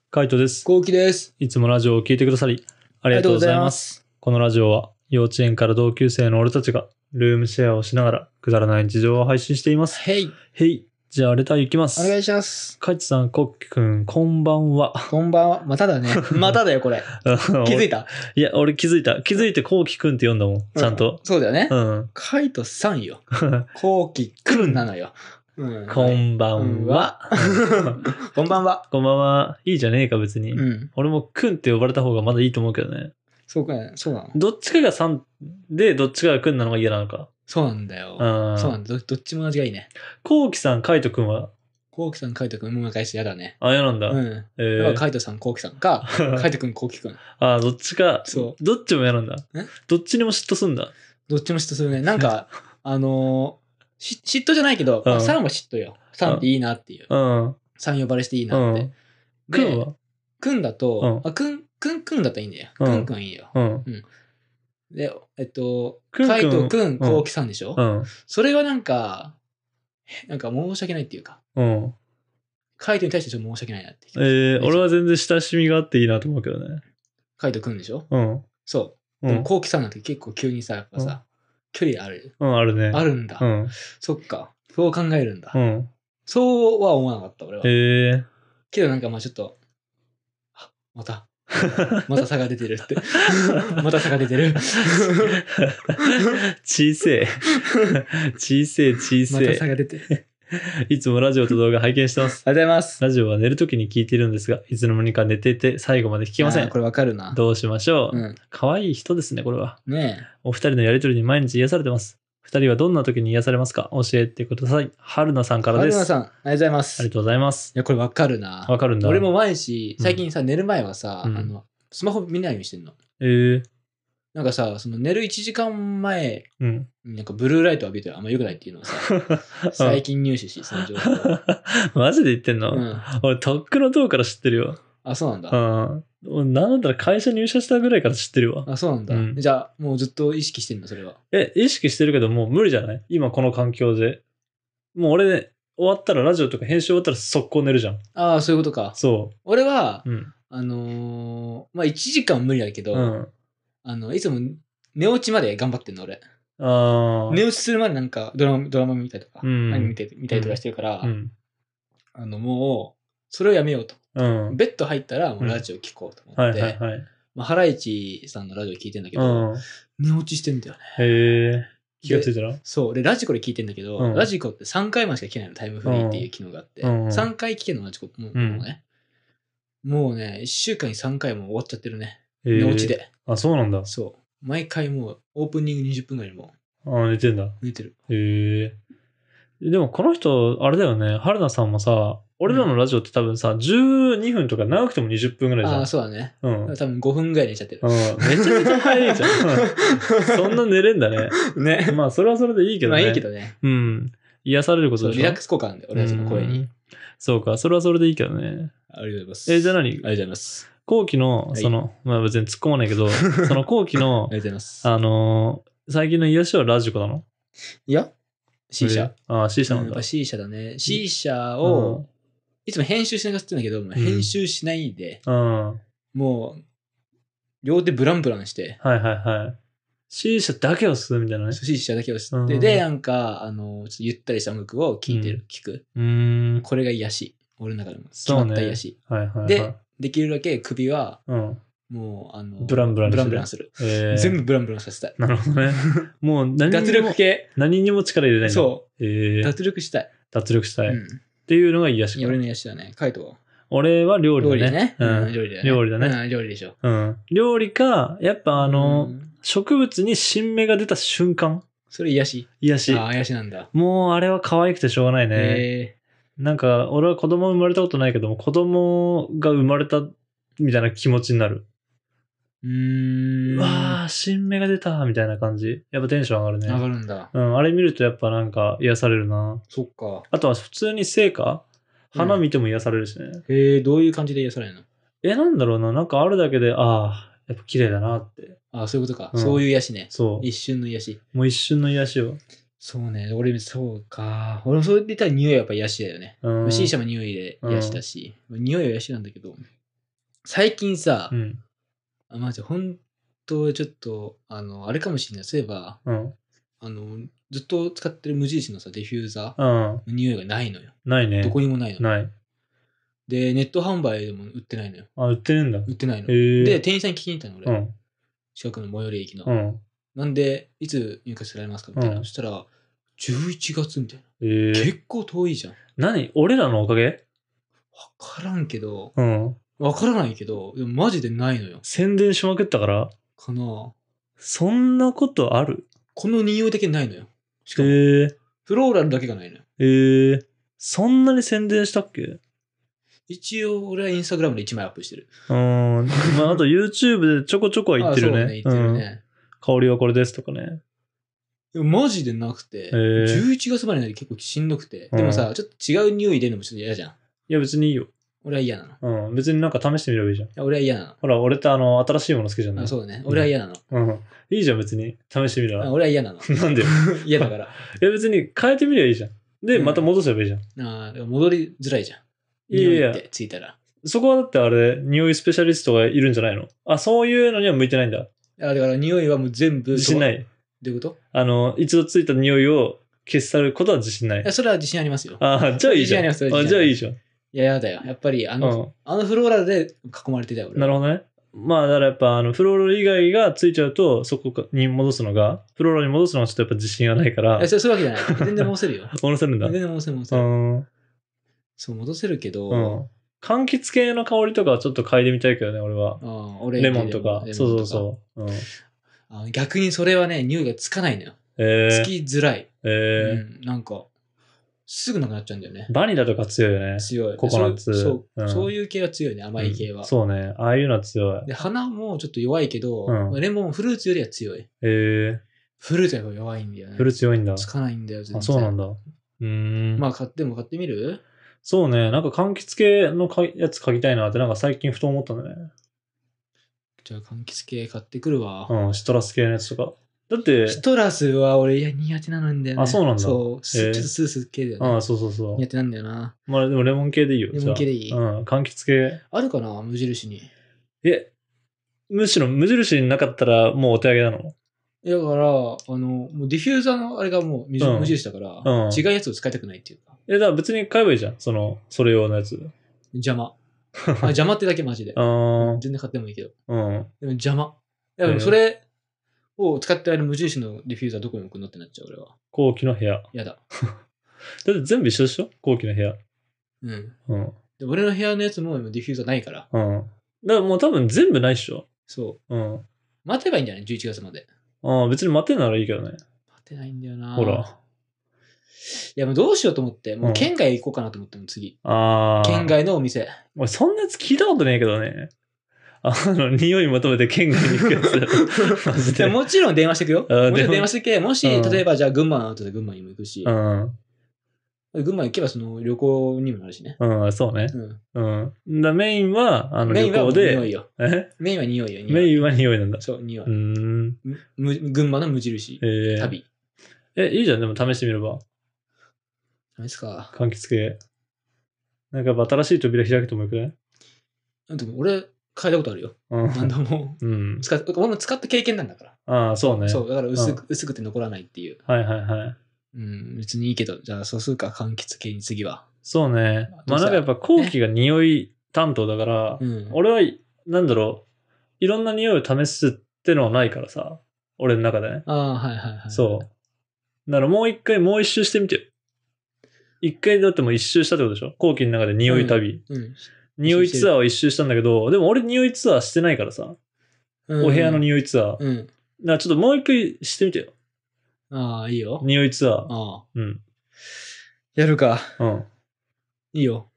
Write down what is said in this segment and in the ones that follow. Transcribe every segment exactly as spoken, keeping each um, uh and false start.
カイトです。 コウキです。 いつもラジオを聞いてくださりありがとうございます。このラジオは幼稚園から同級生の俺たちがルームシェアをしながらくだらない日常を配信しています。 へい。 へい。じゃあレターいきます。 お願いします。 カイトさん、コッキくん、こんばんは。 こんばんは。まただね。まただよ、これ。気づいた？ いや、俺気づいた。気づいてコウキくんって読んだもん。ちゃんと。 うん、そうだよね。 うん。 カイトさんよ。コウキくんなのよ。 うん、こんばんは。 こんばんは。 こんばんは。いいじゃねえか、別に。 うん、 俺もくんって呼ばれた方がまだいいと思うけどね。 そうかね。そうなの。 どっちかがさんで、どっちかがくんなのが嫌なのか。 そうなんだよ。そうなんだ。ど、どっちも同じがいいね。 コウキさん、カイトくんはコウキさん、カイトくん、もう一回してやだね。 あ、嫌なんだ。 うん。 えー、 だからカイトさん、コウキさんか、カイトくん、コウキくん。 あ、どっちか。 そう。 どっちも嫌なんだ。どっちにも嫉妬すんだ。 どっちも嫉妬するね。なんか、あのー、し嫉妬じゃないけど、うん、さんは嫉妬よ。さんっていいなっていう。うん。さん呼ばれしていいなって。 くんはくんだと、あ、くん、くんくんだったらいいんだよ。くんくんいいよ。うん。で、えっと、カイトくん、コウキさんでしょ？うん。それはなんか、なんか申し訳ないっていうか。うん。カイトに対してちょっと申し訳ないなって。 えー、俺は全然親しみがあっていいなと思うけどね。 カイトくんでしょ？ うん。 そう。でも、コウキさんなんて結構急にさ、やっぱさ、距離ある。 うん、あるね。 あるんだ。うん。そっか。そう考えるんだ。うん。そうは思わなかった、俺は。へえー。けどなんかまあちょっと、あ、また。また差が出てるって。また差が出てる。 小せえ。小せえ、小せえ。 また差が出てる。 いつもラジオと動画拝見してます。 ありがとうございます。 ラジオは寝るときに聞いてるんですが、いつの間にか寝ていて最後まで聞けません。 これわかるな。 どうしましょう。うん。可愛い人ですね、これは。ねえ。お二人のやりとりに毎日癒されてます。二人はどんな時に癒されますか？教えてください。春菜さんからです。 春菜さん、ありがとうございます。 ありがとうございます。 いや、これわかるな。 わかるんだ。 俺も毎日、最近さ、うん、寝る前はさ、 うん、 あの、スマホ見ないようにしてんの。 えー、 なんかさ、その寝るいちじかんまえ、うん、なんかブルーライト浴びてあんま良くないっていうのをさ、最近入手し、その情報。 マジで言ってんの？うん、俺、とっくの塔から知ってるよ。 あ、そうなんだ。 うん。なんだったら会社入社したぐらいから知ってるわ。 あ、そうなんだ。うん、じゃあ、もうずっと意識してんの、それは。 え、意識してるけど、もう無理じゃない？今この環境で。もう俺、ね、終わったら、ラジオとか編集終わったら速攻寝るじゃん。 ああ、そういうことか。 そう。 俺は、うん、あのー、まあ、いちじかんは無理だけど、うん、あの、いつも寝落ちまで頑張ってんの、俺。あ寝落ちするまでなんかドラマ、ドラマ見たりとか、うん、何見て、見たりとかしてるから、うん、あの、もう、それをやめようと。うん、ベッド入ったらもうラジオ聞こうと思って、まあ、ハライチさんのラジオ聞いてんだけど、うん、寝落ちしてんだよね。へえ。気がついたらそう。で、ラジコで聞いてんだけど、うん、ラジコってさんかいまでしか聞けないの、タイムフリーっていう機能があって、うん、さんかい聞けるの、ラジコもう、うん、もうね。もうね、いっしゅうかんにさんかいも終わっちゃってるね。寝落ちで。 あ、そうなんだ。 そう。毎回もう、オープニングにじゅっぷんぐらいもう。あ、寝てんだ。 寝てる。 へえ。でもこの人、あれだよね、春菜さんもさ、俺らのラジオって多分さ、じゅうにふんとか長くてもにじゅっぷんぐらいじゃん。 ああ、そうだね。うん。多分ごふんぐらい寝ちゃってる。 うん。めちゃめちゃ早いじゃん。そんな寝れんだね。ね。まあ、それはそれでいいけどね。 まあいいけどね。 うん。癒されることでしょ。 リラックス効果なんだよ、俺たちの声に。 そうか、それはそれでいいけどね。 ありがとうございます。 え、じゃあ何？ ありがとうございます。 後期の、その、はい、まあ別に突っ込まないけど、その後期の、 ありがとうございます。 あのー、最近の癒しはラジコなの？ いや、C 社。 ああ、C 社なんだ。 やっぱ C 社だね。C 社を、いつも編集しながらって言うんだけど、編集しないで、うん、もう、両手ブランブランして。 はいはいはい。C 社だけを吸うみたいなね。 C 社だけを吸って、うん、で、なんか、あの、ちょっとゆったりした音楽を聴いてる、うん、聞く。うん。これが癒し。俺の中でも。決まった癒し。ね、はいはいはい。で、できるだけ首は、うん、もう、あの、 ブランブランブランブランする。えー、全部ブランブランさせたい。 なるほどね。もう何にも、 脱力系。 何にも力入れないの。 そう。えー、脱力したい。 脱力したい。うん、っていうのが癒しか。 俺の癒しだね。カイトは俺は料理だね。 料理ね。 うん。 料理だね。 料理だね。 うん、料理でしょ。 うん。料理か、やっぱあの、植物に新芽が出た瞬間。 それ癒し？ 癒し。 ああ、癒しなんだ。 もうあれは可愛くてしょうがないね。へー。なんか、俺は子供生まれたことないけども、子供が生まれたみたいな気持ちになる。うーん。うわー、新芽が出たみたいな感じ。やっぱテンション上がるね。 上がるんだ。 うん、あれ見るとやっぱなんか癒されるな。 そっか。 あとは普通に生花花見ても癒されるしね。 うん、へえ、どういう感じで癒されるの？ え、なんだろうな。なんかあるだけで、ああ、やっぱ綺麗だなって。 ああ、そういうことか、うん。そういう癒しね。 そう。 一瞬の癒し。 もう一瞬の癒しを。 そうね。俺、そうか。俺もそう言ったら匂いはやっぱ癒しだよね。うん、C 社も匂いで癒しだし、うん、匂いは癒しなんだけど、 最近さ、 うん。 あ、マジ、本当ちょっと、あの、あれかもしれない。そういえば、 うん。 あの、ずっと使ってる無印のさ、ディフューザーうん。 の匂いがないのよ。 ないね。 どこにもないの。 ない。 で、ネット販売でも売ってないのよ。 あ、売ってるんだ。 売ってないの。 へえ。 で、店員さんに聞きに行ったの、俺。 うん。 近くの最寄り駅の。 うん。 なんで、いつ入荷されますかみたいな。 うんそしたら、じゅういちがつみたいな。 ええ。 結構遠いじゃん。 何俺らのおかげわからんけど、 うん。 わからないけど、でもマジでないのよ。 宣伝しまくったからかな。 そんなことあるこの匂いだけないのよ。しかも、 へえ。 フローラルだけがないのよ。 ええ。そんなに宣伝したっけ一応、俺はインスタグラムでいちまいアップしてる。 うん。まあ、あと YouTube でちょこちょこは言ってるね。 あ、そうね、言ってるね。 うん、香りはこれですとかね。 でもマジでなくて、 ー、 じゅういちがつまでに結構しんどくて。でもさ、ちょっと違う匂い出るのもちょっと嫌じゃん。 いや、別にいいよ。 俺は嫌なの。 うん。別になんか試してみればいいじゃん。いや俺は嫌なの。 ほら、俺ってあの、新しいもの好きじゃんね。 あ、そうね。俺は嫌なの。 うん。いいじゃん、別に。試してみたら。 俺は嫌なの。 なんでよ。 嫌だから。 いや、別に変えてみればいいじゃん。で、 うん、 また戻せばいいじゃん。 ああ、戻りづらいじゃん。 いやいや。 匂いってついたら。 そこはだってあれ、匂いスペシャリストがいるんじゃないの？あ、そういうのには向いてないんだ。 あ、だから匂いはもう全部。 自信ない。 どういうこと？ あの、一度ついた匂いを消し去ることは自信ない。 いや、それは自信ありますよ。 ああ、じゃあいいじゃん。 自信あります。 あ、じゃあいいじゃん。 いや、やだよ。やっぱり、あの、うん、あのフローラルで囲まれてたよ、俺。 なるほどね。まあ、だからやっぱ、あの、フローラル以外がついちゃうと、そこに戻すのが、フローラルに戻すのはちょっとやっぱ自信がないから。 いや、そういうわけじゃない。全然戻せるよ。 戻せるんだ。 全然戻せる、戻せる。うん。そう、戻せるけど、うん。 柑橘系の香りとかはちょっと嗅いでみたいけどね、俺は。ああ、レモンとか。そうそうそう。うん、 あ、逆にそれはね、匂いがつかないのよ。 えー、 つきづらい。 えー、 うん、なんか、すぐなくなっちゃうんだよね。 バニラとか強いよね。 強い。 ココナッツ。 そう、うん、そういう系は強いね、甘い系は、 うん。そうね。ああいうのは強い。 で、花もちょっと弱いけど、うん、レモン、フルーツよりは強い。 えー、 フルーツは弱いんだよね。 フルーツ弱いんだ。 つかないんだよ、全然。 あ、そうなんだ。うーん。 まあ、買っても買ってみる？ そうね。なんか柑橘系のやつ嗅ぎたいなって、なんか最近ふと思ったんだね。 じゃあ、柑橘系買ってくるわ。 うん、シトラス系のやつとか。だって。 シトラスは俺、いや、苦手なんだよね。 あ、そうなんだ。 そう。えー、ちょっとスースー系だよね。 ああ、そうそうそう。 苦手なんだよな。 まあでもレモン系でいいよ。 レモン系でいい？ うん、柑橘系。 あるかな無印に。 え、むしろ無印になかったらもうお手上げなの？ だから、あの、もうディフューザーのあれがもう無印だから、うん、違うやつを使いたくないっていうか。 え、だから別に買えばいいじゃん。その、それ用のやつ。 邪魔。あ、邪魔ってだけマジで。あ全然買ってもいいけど。うん。でも邪魔。でもそれを使ってある無印のディフューザーどこに置くのってなっちゃう俺は。 後期の部屋。 やだ。 だって全部一緒でしょ後期の部屋。 うん。うん。で俺の部屋のやつも今ディフューザーないから。 うん。だからもう多分全部ないっしょ。 そう。うん。待てばいいんじゃない ?じゅういちがつまで。 ああ、別に待てんならいいけどね。 待てないんだよな。 ほら。 いや、もうどうしようと思って、もう県外行こうかなと思っても次。ああ。県外のお店。 俺、そんなやつ聞いたことねえけどね。あの、匂い求めて県外に行くやつ。マジで。 もちろん電話してくよ。もちろん電話してけ。もし、例えばじゃあ群馬の後で群馬にも行くし。うん。群馬行けばその旅行にもなるしね。 うん、そうね。うん。うん。だメインは、あの、旅行で。メインは匂いよ。えメインは匂いよ。メインは匂いなんだ。そう、匂い。うん。群馬の無印。えー、旅。え、いいじゃん、でも試してみれば。試すか。柑橘系。なんか新しい扉開けてもよくない？でも俺、嗅いだことあるよ。うん。何度も。うん。使っ、俺も使った経験なんだから。ああ、そうね。そう、だから薄く、薄くて残らないっていう。はいはいはい。うん、別にいいけど、じゃあそうするか、柑橘系に次は。そうね。まあなんかやっぱ後期が匂い担当だから、うん、俺は、なんだろう、いろんな匂いを試すってのはないからさ、俺の中でね。ああ、はいはいはい。そう。だからもう一回、もう一周してみてよ。一回だってもう一周したってことでしょ後期の中で匂い旅。うん。うん、匂いツアーを一周したんだけど、でも俺匂いツアーしてないからさ。うん、お部屋の匂いツアー。うん。だからちょっともう一回してみてよ。ああ、いいよ。匂いツアー。ああ。うん。やるか。うん。いいよ。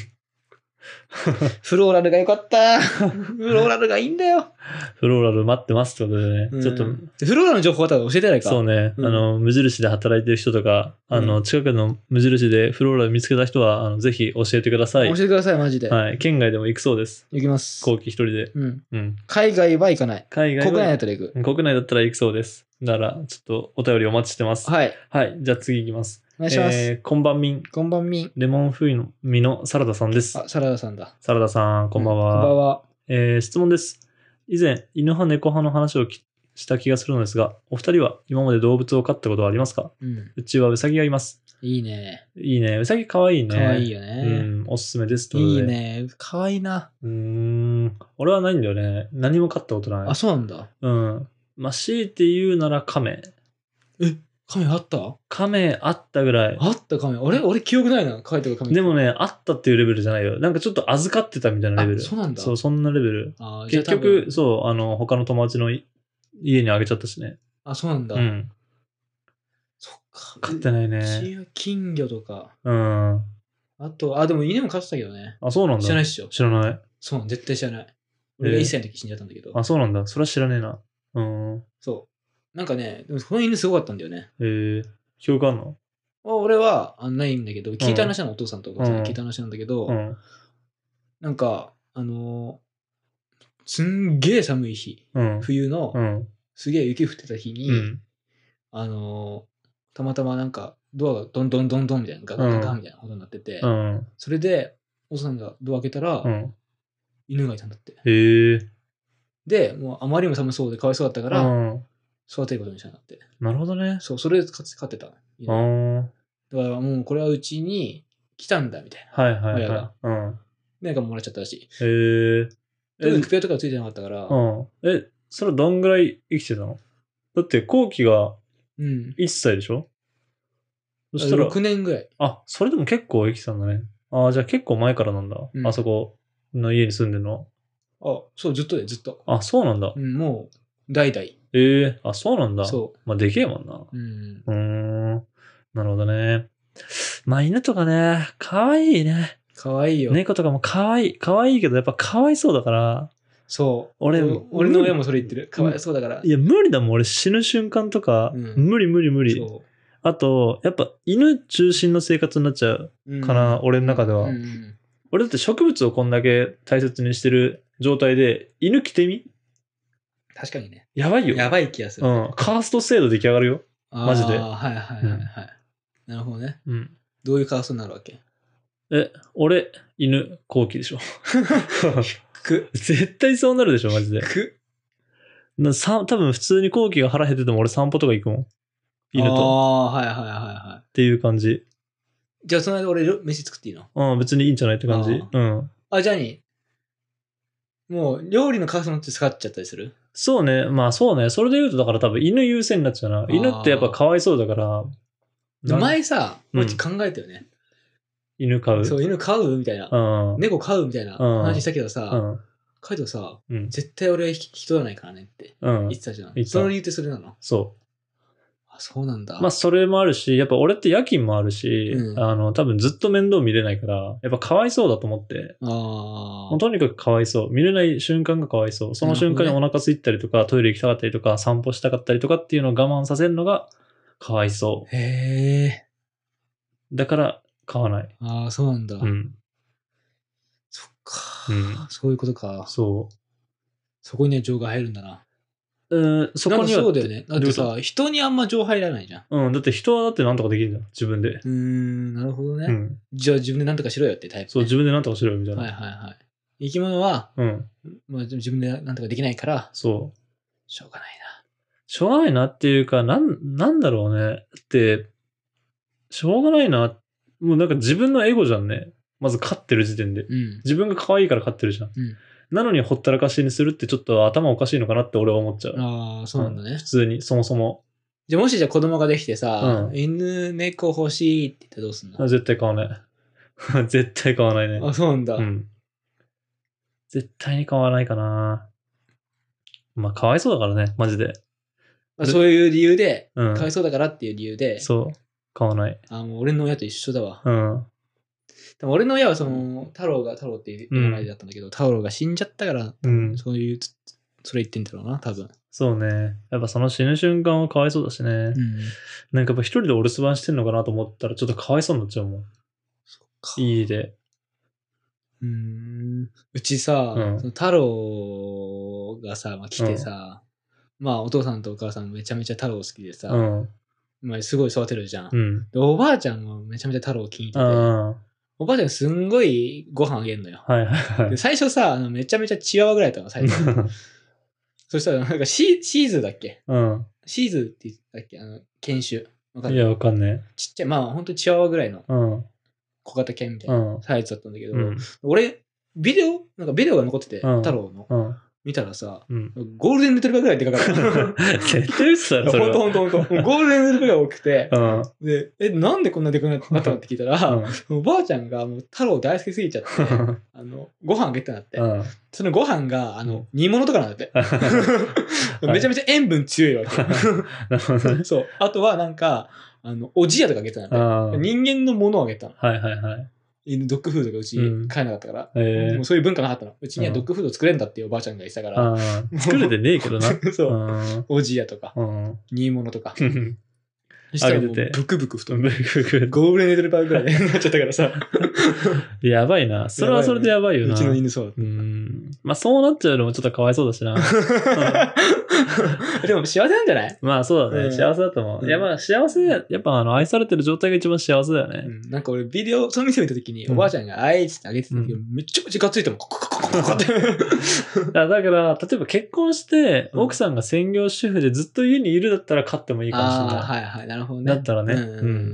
フローラルが良かった。フローラルがいいんだよ。フローラル待ってますってことでね。うん、ちょっと。フローラルの情報は教えてないか。そうね。うん、あの、無印で働いてる人とか、あの、近くの無印でフローラル見つけた人は、あの、ぜひ教えてください。教えてください、マジで。はい。県外でも行くそうです。行きます。後期一人で。うん。うん。海外は行かない。海外は。国内だったら行く。国内だったら行くそうです。だから、ちょっとお便りお待ちしてます。はい。はい。じゃあ次行きます。お願いします。えー、こんばんみん。こんばんみん。レモン風味のサラダさんです。あ、サラダさんだ。サラダさん、こんばんは。うん、こんばんは。 えー、質問です。以前、犬派猫派の話をした気がするのですが、お二人は今まで動物を飼ったことはありますか？うん。うちはウサギがいます。 いいね。 いいね。ウサギかわいいね。 かわいいよね。 うん、おすすめです。 いいね。かわいいな。 うーん。俺はないんだよね。何も飼ったことない。 あ、そうなんだ。 うん。まあ、強いて言うならカメ。 え、カメあった？ カメあったぐらい。 あったカメ。俺、俺記憶ないな。飼いとかカメ。 でもね、あったっていうレベルじゃないよ。なんかちょっと預かってたみたいなレベル。 あ、そうなんだ。 そう、そんなレベル。あ、結局、そう、あの、他の友達の家にあげちゃったしね。 あ、そうなんだ。 うん。 そっか。 飼ってないね。うちは金魚とか。 うん。 あと、あ、でも犬も飼ってたけどね。 あ、そうなんだ。 知らないっしょ。 知らない。 そう、絶対知らない。俺がいっさいの時死んじゃったんだけど。 あ、そうなんだ。それは知らねえな。うん。 そう。なんかね、でもこの犬すごかったんだよね。 へえ。記憶あんの？ 俺はあないんだけど、聞いた話なの、お父さんとお母さんに聞いた話なんだけど、うん、なんか、あのー、すんげえ寒い日、うん、冬の、うん、すげえ雪降ってた日に、うん、あのー、たまたまなんか、ドアがドンドンドンドンみたいな、ガガガガみたいなことになってて、うん、それで、お父さんがドア開けたら、うん、犬がいたんだって。へえ。で、もうあまりにも寒そうでかわいそうだったから、うん、育てることにしたんだって。なるほどね。そう、それで飼ってた。だからもうこれはうちに来たんだみたいな。はいはいはい。親が。うん。なんかもらっちゃったらしい。へえ。特にクペアとかついてなかったから。 うん。え、それはどんぐらい生きてたの？だって後期がいっさいでしょ？ うん、そしたらろくねんぐらい。 あ、それでも結構生きてたんだね。ああ、じゃあ結構前からなんだ。うん、あそこの家に住んでるの。 あ、そう、ずっとで、ずっと。 あ、そうなんだ。 うん、もう、代々。 ええー、あ、そうなんだ。そう。まあ、でけえもんな。うん。うーん。なるほどね。まあ、犬とかね、かわいいね。 かわいいよ。 猫とかもかわいい。かわいいけど、やっぱかわいそうだから。 そう。俺、俺の親もそれ言ってる。かわいそうだから。 いや、無理だもん。俺死ぬ瞬間とか、うん、無理無理無理。そう。あと、やっぱ犬中心の生活になっちゃうかな、うん、俺の中では。うん、俺だって植物をこんだけ大切にしてる状態で、犬着てみ？ 確かにね。 やばいよ。 やばい気がする、 ね。うん。カースト制度出来上がるよ。マジで。 ああ、はいはいはいはい、うん。なるほどね。うん。どういうカーストになるわけ？ え、俺、犬、後期でしょ。く。絶対そうなるでしょ、マジで。く。なさ多分普通に後期が腹減ってても俺散歩とか行くもん。犬と。 ああ、はいはいはいはい。 っていう感じ。 じゃあその間俺飯作っていいの？ うん、別にいいんじゃないって感じ。うん。 あ、じゃあにもう料理のカーストって使っちゃったりする？ そうね。まあそうね。それで言うとだから多分犬優先になっちゃうな。犬ってやっぱかわいそうだから。 前さ、もう考えたよね。 うん、犬飼う？ そう、犬飼うみたいな。うん、猫飼うみたいな話したけどさ、うん、カイトさ、うん、絶対俺人じゃないからねって言ってたじゃん。うん、その理由ってそれなの？そう。あ、そうなんだ。 まあそれもあるし、やっぱ俺って夜勤もあるし、うん、あの多分ずっと面倒見れないから、やっぱかわいそうだと思って。あもうとにかくかわいそう。見れない瞬間がかわいそう。その瞬間にお腹空いたりとか、ね、トイレ行きたかったりとか、散歩したかったりとかっていうのを我慢させるのがかわいそう。へえ。だから買わない。 ああ、そうなんだ。うん。そっか。うん。そういうことか。そう。そこにね、情が入るんだな。うん、そこには。そうだよね。だってさ、人にあんま情入らないじゃん。 うん、だって人はだってなんとかできるんだよ。自分で。うーん、なるほどね。うん。じゃあ自分でなんとかしろよってタイプ、ね。 そう、自分でなんとかしろよみたいな。 はいはいはい。生き物は、うん。まあ自分でなんとかできないから。そう。しょうがないな。 しょうがないなっていうか、なん、なんだろうね。だって、しょうがないな。もうなんか自分のエゴじゃんね。まず飼ってる時点で。うん、自分が可愛いから飼ってるじゃん。うん、なのにほったらかしにするってちょっと頭おかしいのかなって俺は思っちゃう。ああ、そうなんだね、うん。普通に、そもそも。 じゃあもしじゃあ子供ができてさ、うん、犬、猫欲しいって言ったらどうすんの？ 絶対買わない。絶対買わないね。 あ、そうなんだ。うん。 絶対に買わないかな。まあ、かわいそうだからね、マジで。 あ、そういう理由で、うん、かわいそうだからっていう理由で。 そう。買わない。 あ、もう俺の親と一緒だわ。うん。でも俺の親はその、太郎が太郎っていう名前だったんだけど、うん、太郎が死んじゃったから、うん、そういう、それ言ってんだろうな、多分。 そうね。やっぱその死ぬ瞬間はかわいそうだしね。うん、なんかやっぱ一人でお留守番してんのかなと思ったらちょっとかわいそうになっちゃうもん。そっか。いいで。 うーん。うちさ、うん、その太郎がさ、まあ、来てさ、うん、まあお父さんとお母さんめちゃめちゃ太郎好きでさ、うんまあ、すごい育てるじゃん、うん、で。おばあちゃんもめちゃめちゃ太郎気に入ってて、 おばあちゃんすんごいご飯あげるのよ。 はいはいはい。 で最初さ、あのめちゃめちゃチワワぐらいだったの、最初。そしたら、なんかシー、シーズだっけうん。 シーズって言ったっけあの、犬種。 わかんない。いや、わかんねえ。ちっちゃい、まあほんとチワワぐらいの小型犬みたいなサイズだったんだけど、うん、俺、ビデオなんかビデオが残ってて、うん、太郎の。うん見たらさ、うん、ゴールデンレトリバーぐらいでかかった。 絶対嘘だろ。 ほんとほんとほんと。ゴールデンレトリバーが大きくて、うん、で、え、なんでこんなでかくなったのって聞いたら、うん、おばあちゃんがもう太郎大好きすぎちゃって、あの、ご飯あげてなって、うん、そのご飯が、あの、煮物とかなんだって。めちゃめちゃ塩分強いわけ。そう。あとはなんか、あの、おじやとかあげてたんだって。人間のものをあげたの。 はいはいはい。 ドッグフードがうち買えなかったから、うんえー、もうそういう文化なかったの。うちにはドッグフード作れんだっていうおばあちゃんが言ってたから。 うん、作れてねえけどな。 そう。おじやとか、煮物とか。そしたらもうブクブク太る。ゴールデンレトリバーぐらいになっちゃったからさ。 やばいな。それはそれでやばいよな。 うちの犬そうだった。 うん。まあそうなっちゃうのもちょっとかわいそうだしな。 でも幸せなんじゃない？ まあそうだね。うん、幸せだと思う。いやまあ幸せ、やっぱあの愛されてる状態が一番幸せだよね。 うん、なんか俺ビデオ、その店見た時におばあちゃんがあいっつってあげてた時、うん、めちゃめちゃガッツリともココココココって。 だから、例えば結婚して、奥さんが専業主婦でずっと家にいるだったら飼ってもいいかもしれない。 ああ、はいはい、なるほどね。 だったらね。うん、うん。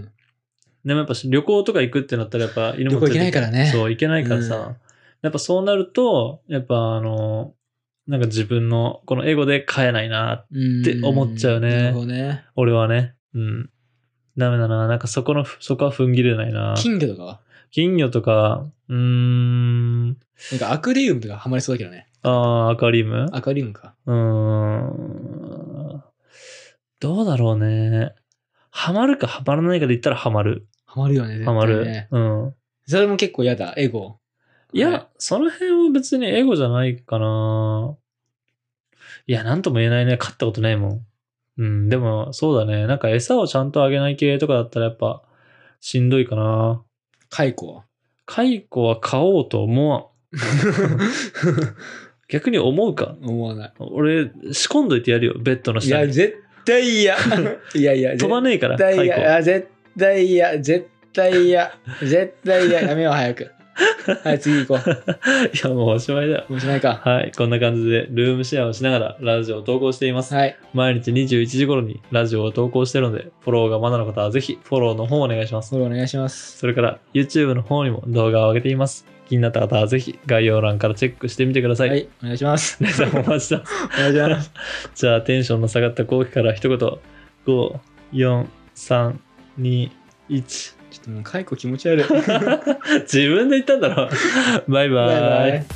でもやっぱ旅行とか行くってなったらやっぱ犬も旅行行けないからね。 そう、行けないからさ。うん、やっぱそうなると、やっぱあの、なんか自分のこのエゴで飼えないなって思っちゃうね。 なるほどね。 俺はね。うん。ダメだな。なんかそこの、そこは踏ん切れないな。 金魚とかは金魚とか、うーん。 なんかアクリウムとかハマりそうだけどね。 ああ、アクアリウム？ アクアリウムか。 うーん。どうだろうね。ハマるかハマらないかで言ったらハマる。 ハマるよね、絶対ね。 ハマる。うん。 それも結構嫌だ、エゴ。 いや、はい、その辺は別にエゴじゃないかな。いや、なんとも言えないね。飼ったことないもん。うん、でも、そうだね。なんか餌をちゃんとあげない系とかだったらやっぱ、しんどいかな。 蚕は蚕は飼おうと思わん。逆に思うか？ 思わない。 俺、仕込んどいてやるよ、ベッドの下に。 いや、絶対嫌。いやいや、 飛ばねえから。 絶対嫌。絶対嫌。絶対嫌。絶対嫌。やめよう、早く。はい、次行こう。 いや、もうおしまいだよ。 おしまいか。 はい、こんな感じでルームシェアをしながらラジオを投稿しています。 はい。 毎日にじゅういちじ頃にラジオを投稿しているので、フォローがまだの方はぜひフォローの方をお願いします。 フォローお願いします。 それから YouTube の方にも動画を上げています。気になった方はぜひ概要欄からチェックしてみてください。 はい、お願いします。 皆さんお待ちしてます。 お願いします。 じゃあテンションの下がった後期から一言。ご、よん、さん、に、いち。 ちょっともう解雇気持ち悪い。 自分で言ったんだろ。バイバイ。バイバイ。